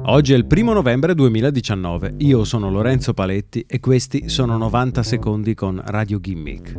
Oggi è il 1 novembre 2019, io sono Lorenzo Paletti e questi sono 90 secondi con Radio Gimmick.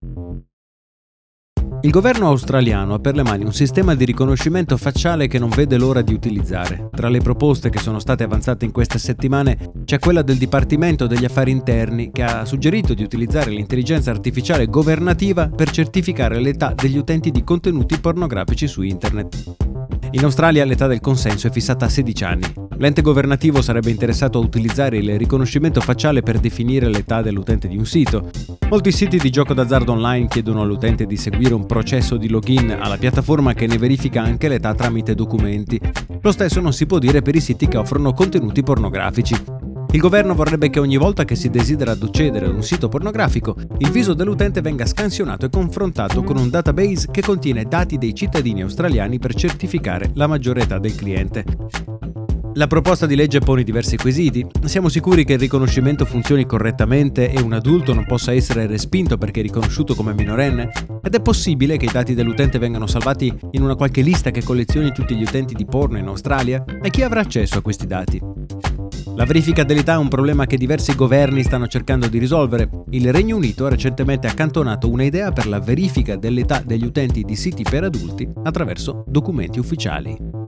Il governo australiano ha per le mani un sistema di riconoscimento facciale che non vede l'ora di utilizzare. Tra le proposte che sono state avanzate in queste settimane c'è quella del Dipartimento degli Affari Interni che ha suggerito di utilizzare l'intelligenza artificiale governativa per certificare l'età degli utenti di contenuti pornografici su internet. In Australia l'età del consenso è fissata a 16 anni. L'ente governativo sarebbe interessato a utilizzare il riconoscimento facciale per definire l'età dell'utente di un sito. Molti siti di gioco d'azzardo online chiedono all'utente di seguire un processo di login alla piattaforma che ne verifica anche l'età tramite documenti. Lo stesso non si può dire per i siti che offrono contenuti pornografici. Il governo vorrebbe che ogni volta che si desidera accedere ad un sito pornografico, il viso dell'utente venga scansionato e confrontato con un database che contiene dati dei cittadini australiani per certificare la maggiore età del cliente. La proposta di legge pone diversi quesiti. Siamo sicuri che il riconoscimento funzioni correttamente e un adulto non possa essere respinto perché riconosciuto come minorenne? Ed è possibile che i dati dell'utente vengano salvati in una qualche lista che collezioni tutti gli utenti di porno in Australia? E chi avrà accesso a questi dati? La verifica dell'età è un problema che diversi governi stanno cercando di risolvere. Il Regno Unito ha recentemente accantonato un'idea per la verifica dell'età degli utenti di siti per adulti attraverso documenti ufficiali.